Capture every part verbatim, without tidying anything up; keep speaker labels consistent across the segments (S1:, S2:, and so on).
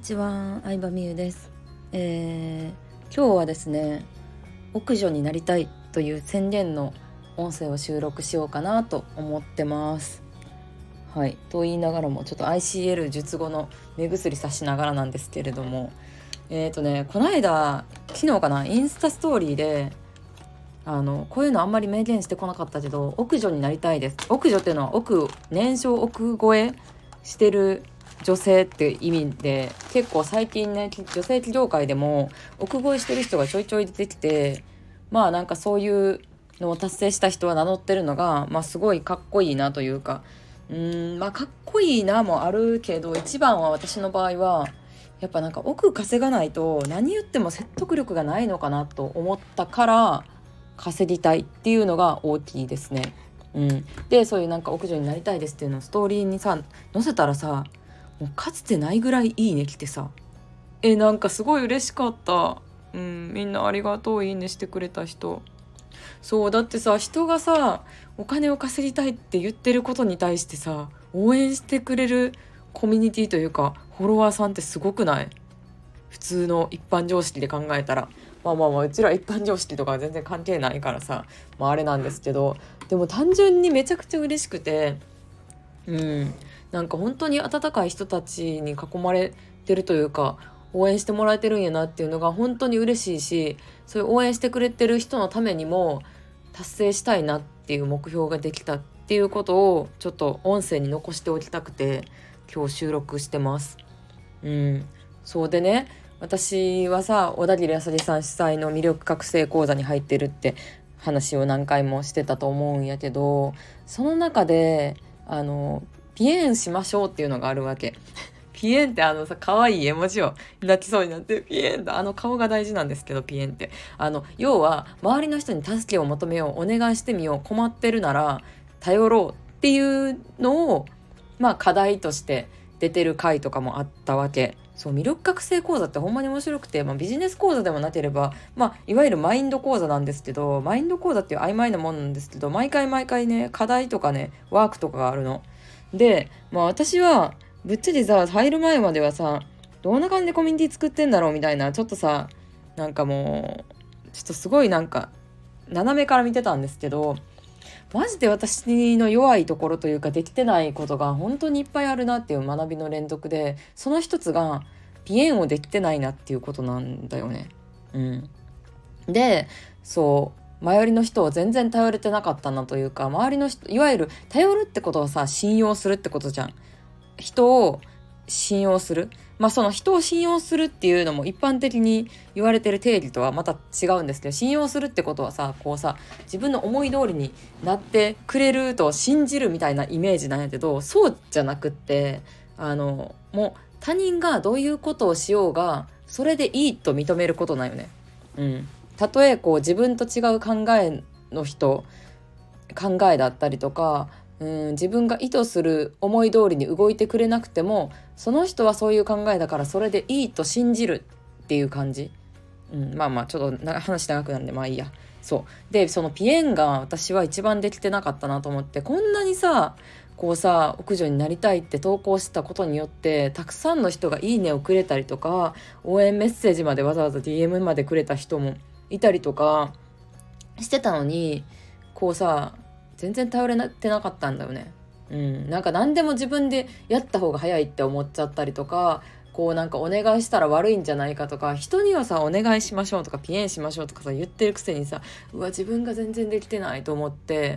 S1: ちは、相葉美優です、えー、今日はですね、奥女になりたいという宣言の音声を収録しようかなと思ってます。はい、と言いながらもちょっと アイシーエル 術後の目薬さしながらなんですけれども、えーとねこの間昨日かな、インスタストーリーであのこういうのあんまり明言してこなかったけど、奥女になりたいです。奥女っていうのは奥年少奥超えしてる女性っていう意味で、結構最近ね女性起業界でも奥越えしてる人がちょいちょい出てきて、まあなんかそういうのを達成した人は名乗ってるのが、まあすごいかっこいいなというか、うーんまあかっこいいなもあるけど、一番は私の場合はやっぱなんか奥稼がないと何言っても説得力がないのかなと思ったから稼ぎたいっていうのが大きいですね。うん、でそういうなんか奥女になりたいですっていうのをストーリーにさ載せたらさ、もうかつてないぐらいいいね来てさ、えなんかすごい嬉しかった。うん、みんなありがとう、いいねしてくれた人。そうだってさ、人がさお金を稼ぎたいって言ってることに対してさ応援してくれるコミュニティというかフォロワーさんってすごくない？普通の一般常識で考えたら、まあまあまあうちら一般常識とかは全然関係ないからさ、まあ、あれなんですけど、でも単純にめちゃくちゃ嬉しくて、うんなんか本当に温かい人たちに囲まれてるというか、応援してもらえてるんやなっていうのが本当に嬉しいし、そういう応援してくれてる人のためにも達成したいなっていう目標ができたっていうことをちょっと音声に残しておきたくて今日収録してます。うんそうでね、私はさ小田切あさりさん主催の魅力覚醒講座に入ってるって話を何回もしてたと思うんやけど、その中であのピエンしましょうっていうのがあるわけ。ピエンってあのさ可愛い絵文字を泣きそうになってピエンってあの顔が大事なんですけど、ピエンってあの要は周りの人に助けを求めよう、お願いしてみよう、困ってるなら頼ろうっていうのをまあ課題として出てる回とかもあったわけ。そう魅力覚醒講座ってほんまに面白くて、まあ、ビジネス講座でもなければ、まあ、いわゆるマインド講座なんですけど、マインド講座っていう曖昧なもんなんですけど、毎回毎回ね課題とかねワークとかがあるので、まあ私はぶっちゃけさ入る前まではさどんな感じでコミュニティ作ってんだろうみたいな、ちょっとさなんかもうちょっとすごいなんか斜めから見てたんですけど、マジで私の弱いところというかできてないことが本当にいっぱいあるなっていう学びの連続で、その一つがピエンをできてないなっていうことなんだよね。うん、でそう周りの人を全然頼れてなかったなというか、周りの人いわゆる頼るってことはさ信用するってことじゃん。人を信用する、まあその人を信用するっていうのも一般的に言われてる定義とはまた違うんですけど、信用するってことはさこうさ自分の思い通りになってくれると信じるみたいなイメージなんやけど、そうじゃなくって、あのもう他人がどういうことをしようがそれでいいと認めることなんよね。うん、たとえこう自分と違う考えの人考えだったりとか、うん自分が意図する思い通りに動いてくれなくても、その人はそういう考えだからそれでいいと信じるっていう感じ。うん、まあまあちょっと話長くなるんでまあいいや。そうでそのピエンが私は一番できてなかったなと思って、こんなにさこうさ奥女になりたいって投稿したことによってたくさんの人がいいねをくれたりとか、応援メッセージまでわざわざ ディーエム までくれた人もいたりとかしてたのに、こうさ全然頼れてなかったんだよね。うん、なんか何でも自分でやった方が早いって思っちゃったりとか、こうなんかお願いしたら悪いんじゃないかとか、人にはさお願いしましょうとかピエンしましょうとかさ言ってるくせにさ、うわ自分が全然できてないと思って、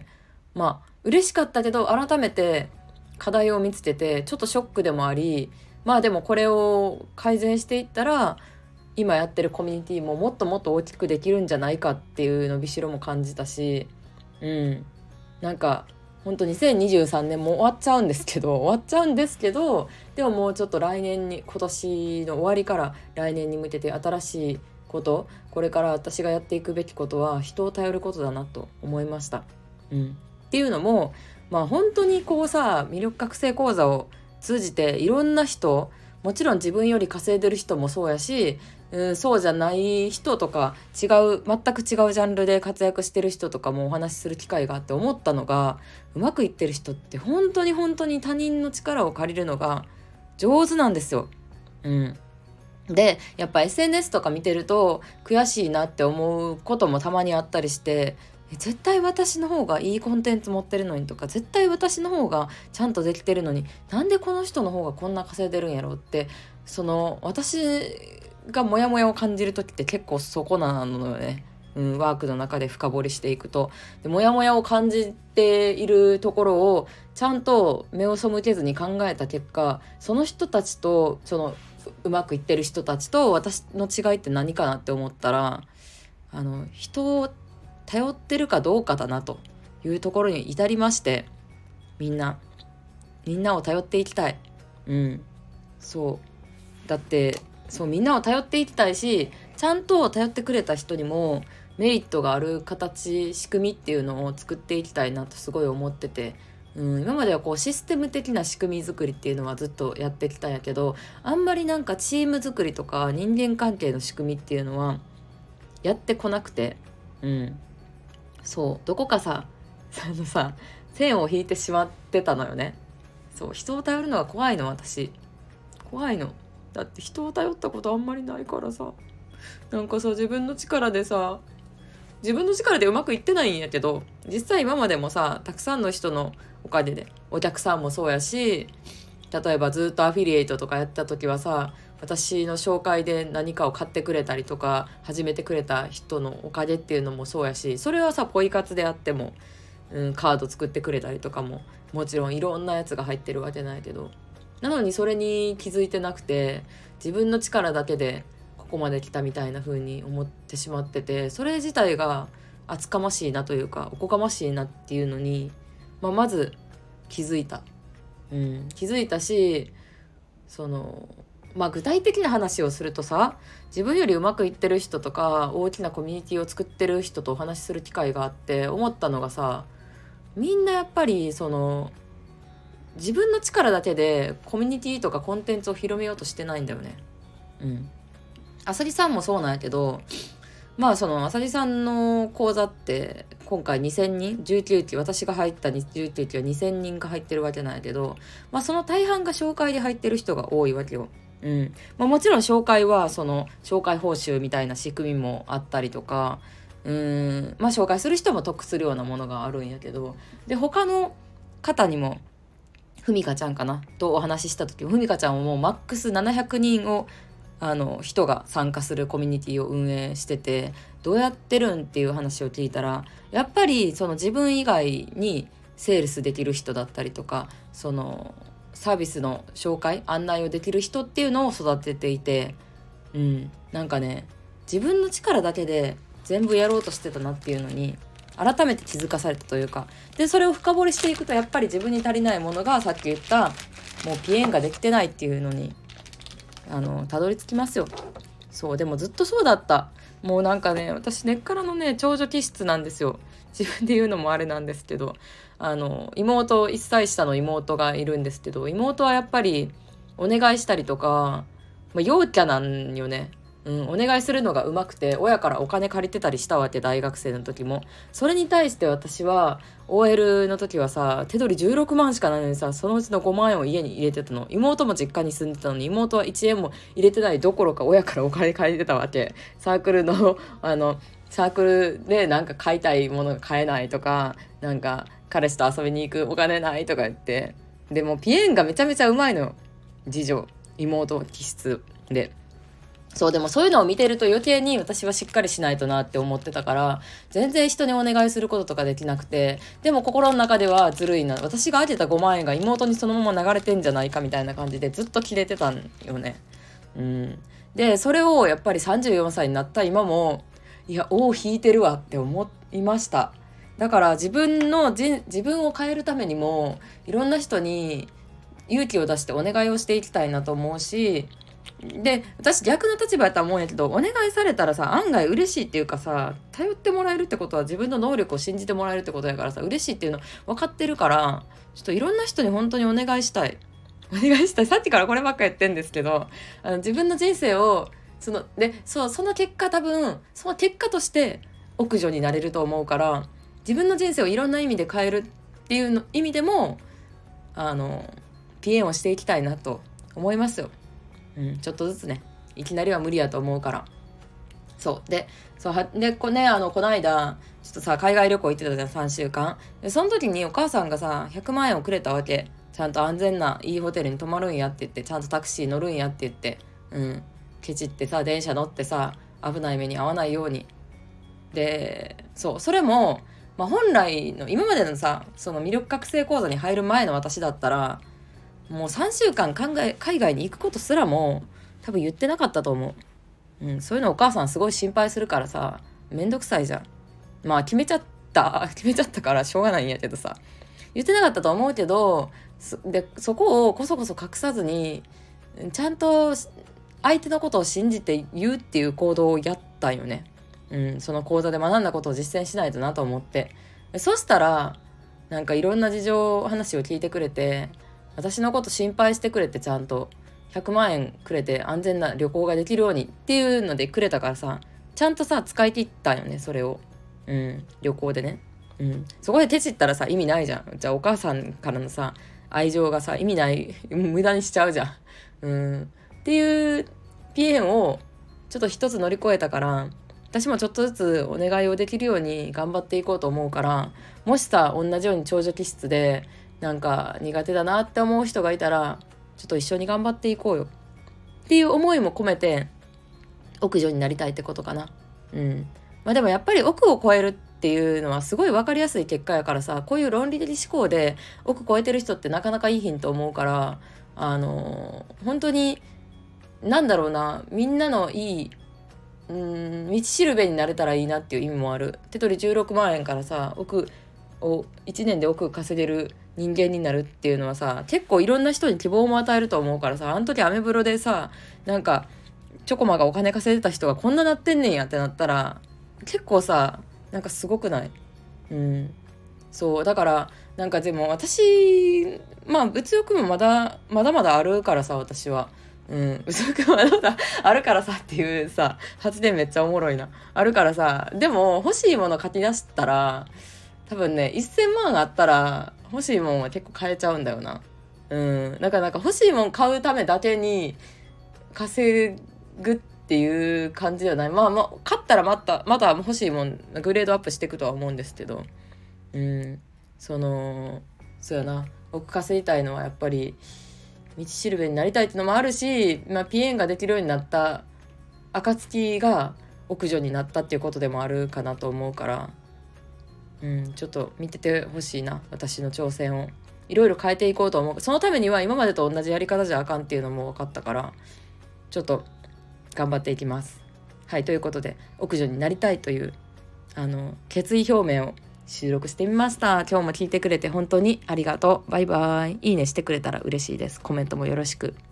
S1: まあ嬉しかったけど改めて課題を見つけてちょっとショックでもあり、まあでもこれを改善していったら今やってるコミュニティももっともっと大きくできるんじゃないかっていう伸びしろも感じたし、うんなんか本当にせんにじゅうさんねんも終わっちゃうんですけど終わっちゃうんですけどでももうちょっと来年に、今年の終わりから来年に向けて新しいこと、これから私がやっていくべきことは人を頼ることだなと思いました。うん、っていうのもまあ本当にこうさ魅力覚醒講座を通じていろんな人、もちろん自分より稼いでる人もそうやし、うん、そうじゃない人とか違う全く違うジャンルで活躍してる人とかもお話しする機会があって思ったのが、うまくいってる人って本当に本当に他人の力を借りるのが上手なんですよ。うんでやっぱ エスエヌエス とか見てると悔しいなって思うこともたまにあったりして、絶対私の方がいいコンテンツ持ってるのにとか、絶対私の方がちゃんとできてるのに、なんでこの人の方がこんな稼いでるんやろって、その私がモヤモヤを感じる時って結構そこなのよね。うん、ワークの中で深掘りしていくと、でモヤモヤを感じているところをちゃんと目を背けずに考えた結果、その人たちとそのうまくいってる人たちと私の違いって何かなって思ったら、あの人を頼ってるかどうかだなというところに至りまして、みんなみんなを頼っていきたい。うんそうだってそうみんなを頼っていきたいし、ちゃんと頼ってくれた人にもメリットがある形、仕組みっていうのを作っていきたいなとすごい思ってて、うん、今まではこうシステム的な仕組み作りっていうのはずっとやってきたんやけど、あんまりなんかチーム作りとか人間関係の仕組みっていうのはやってこなくて、うんそうどこかさそのさ線を引いてしまってたのよね。そう人を頼るのが怖いの、私怖いの。だって人を頼ったことあんまりないからさ、なんかさ自分の力でさ自分の力でうまくいってないんやけど、実際今までもさたくさんの人のお金で、お客さんもそうやし、例えばずっとアフィリエイトとかやった時はさ、私の紹介で何かを買ってくれたりとか始めてくれた人のおかげっていうのもそうやし、それはさポイ活であっても、うん、カード作ってくれたりとかももちろんいろんなやつが入ってるわけないけど、なのにそれに気づいてなくて、自分の力だけでここまで来たみたいな風に思ってしまってて、それ自体が厚かましいなというかおこがましいなっていうのに、まあ、まず気づいた、うん、気づいたし、そのまあ具体的な話をするとさ、自分よりうまくいってる人とか大きなコミュニティを作ってる人とお話しする機会があって思ったのがさ、みんなやっぱりその自分の力だけでコミュニティとかコンテンツを広めようとしてないんだよね。うんあさりさんもそうなんやけど、まあそのあさりさんの講座って今回にせんにん、じゅうきゅうき、私が入ったじゅうきゅうきはにせんにんが入ってるわけなんやけど、まあその大半が紹介で入ってる人が多いわけよ。うんまあ、もちろん紹介はその紹介報酬みたいな仕組みもあったりとか、うーんまあ紹介する人も得するようなものがあるんやけど、で他の方にもふみかちゃんかなとお話しした時、ふみかちゃんはもうマックスななひゃくにんをあの人が参加するコミュニティを運営してて、どうやってるんっていう話を聞いたら、やっぱりその自分以外にセールスできる人だったりとか、そのサービスの紹介案内をできる人っていうのを育てていて、うんなんかね自分の力だけで全部やろうとしてたなっていうのに改めて気づかされたというか、でそれを深掘りしていくと、やっぱり自分に足りないものがさっき言ったもうピエンができてないっていうのにあのたどり着きますよ。そうでもずっとそうだった。もうなんかね私根っからのね長女気質なんですよ。自分で言うのもあれなんですけど、あの妹いっさい下の妹がいるんですけど、妹はやっぱりお願いしたりとか、まあ、陽キャなんよね。うん、お願いするのが上手くて親からお金借りてたりしたわけ、大学生の時も。それに対して私は オーエル の時はさ手取りじゅうろくまんしかないのにさ、そのうちのごまんえんを家に入れてたの。妹も実家に住んでたのに妹はいちえんも入れてないどころか親からお金借りてたわけ。サークルのあのサークルでなんか買いたいものが買えないとか、なんか彼氏と遊びに行くお金ないとか言って、でもピエンがめちゃめちゃうまいのよ、次女妹気質で。そうでもそういうのを見てると余計に私はしっかりしないとなって思ってたから、全然人にお願いすることとかできなくて、でも心の中ではずるいな、私が当てたごまんえんが妹にそのまま流れてんじゃないかみたいな感じでずっとキレてたんよね。うんでそれをやっぱりさんじゅうよんさいになった今も、いや尾を引いてるわって思いました。だから自分のじ自分を変えるためにもいろんな人に勇気を出してお願いをしていきたいなと思うし、で私逆の立場やったら思うんやけど、お願いされたらさ案外嬉しいっていうかさ、頼ってもらえるってことは自分の能力を信じてもらえるってことやからさ、嬉しいっていうの分かってるから、ちょっといろんな人に本当にお願いしたいお願いしたい。さっきからこればっかやってんですけど、あの自分の人生をそのでそうその結果、多分その結果として奥女になれると思うから、自分の人生をいろんな意味で変えるっていうの意味でもあのピエンをしていきたいなと思いますよ。うん、ちょっとずつね。 いきなりは無理やと思うから。そうでそうはでこ,、ね、あのこの間ちょっとさ海外旅行行ってたじゃん、さんしゅうかんで。その時にお母さんがさひゃくまんえんをくれたわけ。ちゃんと安全ないいホテルに泊まるんやって言って、ちゃんとタクシー乗るんやって言って、うんケチってさ電車乗ってさ危ない目に遭わないように。でそうそれも、まあ、本来の今までのさその魅力覚醒講座に入る前の私だったらもうさんしゅうかん考え海外に行くことすらも多分言ってなかったと思う。うん、そういうのお母さんすごい心配するからさめんどくさいじゃん。まあ決めちゃった決めちゃったからしょうがないんやけどさ、言ってなかったと思うけど、そでそこをこそこそ隠さずにちゃんと相手のことを信じて言うっていう行動をやったんよね。うん、その講座で学んだことを実践しないとなと思って。そしたらなんかいろんな事情話を聞いてくれて、私のこと心配してくれて、ちゃんとひゃくまんえんくれて安全な旅行ができるようにっていうのでくれたからさ、ちゃんとさ使い切ったんよねそれを。うん旅行でね。うん、そこでケチったらさ意味ないじゃん。じゃあお母さんからのさ愛情がさ意味ない無駄にしちゃうじゃん。うんっていうピエンをちょっと一つ乗り越えたから、私もちょっとずつお願いをできるように頑張っていこうと思うから、もしさ同じように長女気質でなんか苦手だなって思う人がいたらちょっと一緒に頑張っていこうよっていう思いも込めて奥女になりたいってことかな。うんまあでもやっぱり奥を超えるっていうのはすごい分かりやすい結果やからさ、こういう論理的思考で奥超えてる人ってなかなかいいヒント思うから、あのー、本当になんだろうな、みんなのいいうん道しるべになれたらいいなっていう意味もある。手取りじゅうろくまんえんからさ奥をいちねんで億稼げる人間になるっていうのはさ結構いろんな人に希望も与えると思うからさ、あの時アメブロでさなんかチョコマがお金稼いでた人がこんななってんねんやってなったら結構さなんかすごくない？うんそうだからなんかでも私まあ物欲もまだまだまだあるからさ、私はうん物欲もまだまだあるからさっていうさ発言めっちゃおもろいな。あるからさ、でも欲しいもの書き出したら多分ねせんまんあったら欲しいもんは結構買えちゃうんだよな。うんだからなんか欲しいもん買うためだけに稼ぐっていう感じではない。まあまあ買ったらまたまた欲しいもんグレードアップしていくとは思うんですけど、うんそのそうやな、僕稼ぎたいのはやっぱり道しるべになりたいっていうのもあるし、まあ、ピエンができるようになった暁が奥女になったっていうことでもあるかなと思うから、うん、ちょっと見ててほしいな、私の挑戦を。いろいろ変えていこうと思う。そのためには今までと同じやり方じゃあかんっていうのも分かったから、ちょっと頑張っていきます。はい、ということで奥女になりたいというあの決意表明を収録してみました。今日も聞いてくれて本当にありがとう。バイバイ。いいねしてくれたら嬉しいです。コメントもよろしく。